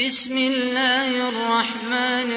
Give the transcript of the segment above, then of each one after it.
بسم الله الرحمن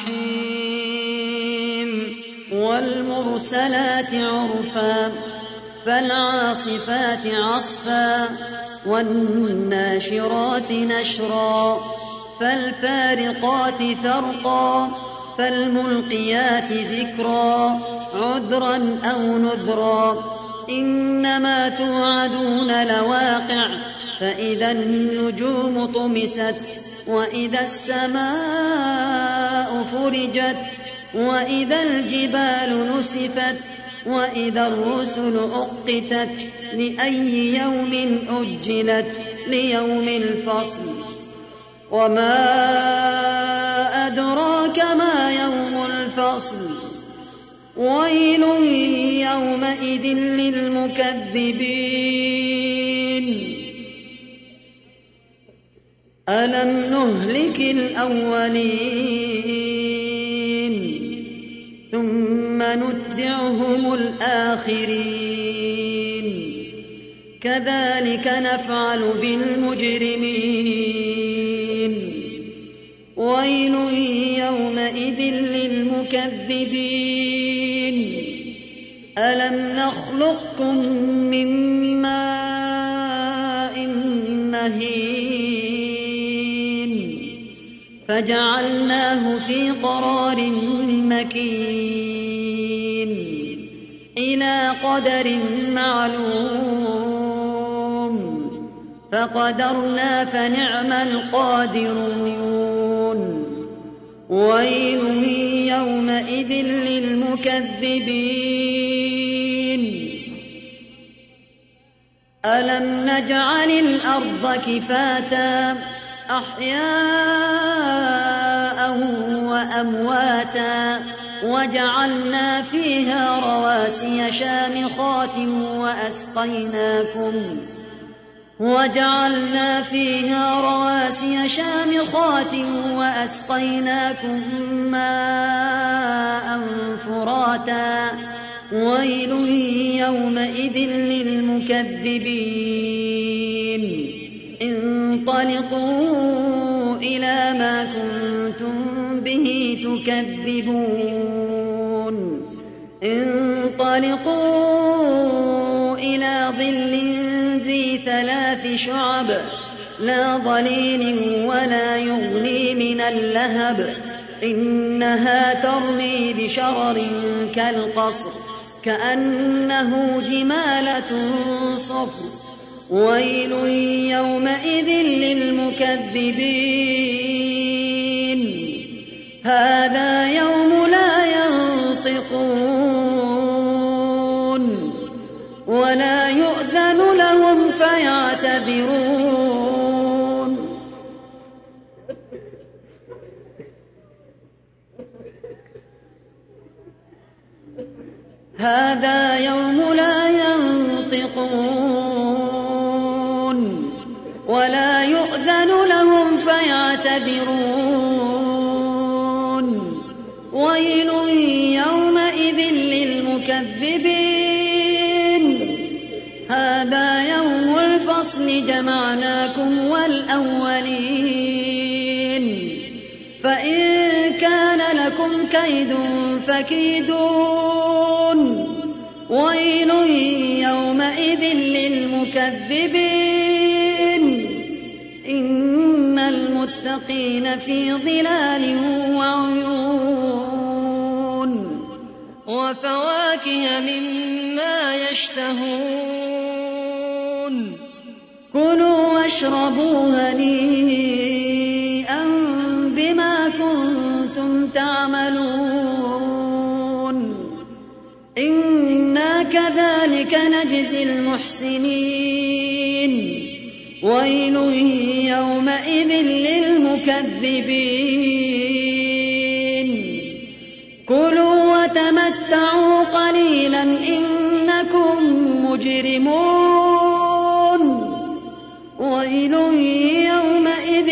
الرحيم والمرسلات عرفا فالعاصفات عصفا والناشرات نشرا فالفارقات فرقا فالملقيات ذكرا عذرا أو نذرا إنما توعدون لواقع فإذا النجوم طمست وإذا السماء فرجت وإذا الجبال نسفت وإذا الرسل أقتت لأي يوم أجلت ليوم الفصل وما أدراك ما يوم الفصل ويل يومئذ للمكذبين ألم نهلك الأولين ثم نتبعهم الآخرين كذلك نفعل بالمجرمين ويل يومئذ للمكذبين ألم نخلقكم من ماء مهين فجعلناه في قرار مكين إلى قدر معلوم فقدرنا فنعم القادرون ويل يومئذ للمكذبين ألم نجعل الأرض كفاتا أحياء وأمواتا وجعلنا فيها رواسي شامخات وأسقيناكم ماء فراتا ويل يومئذ للمكذبين انطلقوا إلى ما كنتم به تكذبون انطلقوا إلى ظل ذي 3 شعب لا ظليل ولا يغني من اللهب إنها ترمي بشرر كالقصر كأنه جمالة صفر ويل يومئذ للمكذبين هذا يوم لا ينطقون ولا يؤذن لهم فيعتذرون هذا يوم لا ينطقون ولا يؤذن لهم فيعتذرون ويل يومئذ للمكذبين هذا يوم الفصل جمعناكم والأولين فإن كان لكم كيد فكيدون ويل يومئذ للمكذبين إن المتقين في ظلال وعيون وفواكه مما يشتهون كلوا واشربوا هنيئا بما كنتم تعملون إنا كذلك نجزي المحسنين ويل يومئذ للمكذبين كلوا وتمتعوا قليلا إنكم مجرمون ويل يومئذ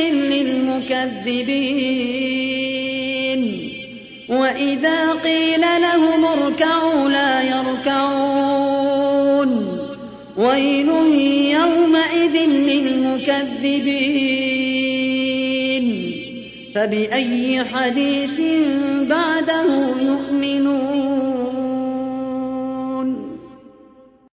للمكذبين وإذا قيل لهم اركعوا لا يركعون ويل يومئذ للمكذبين فبأي حديث بعده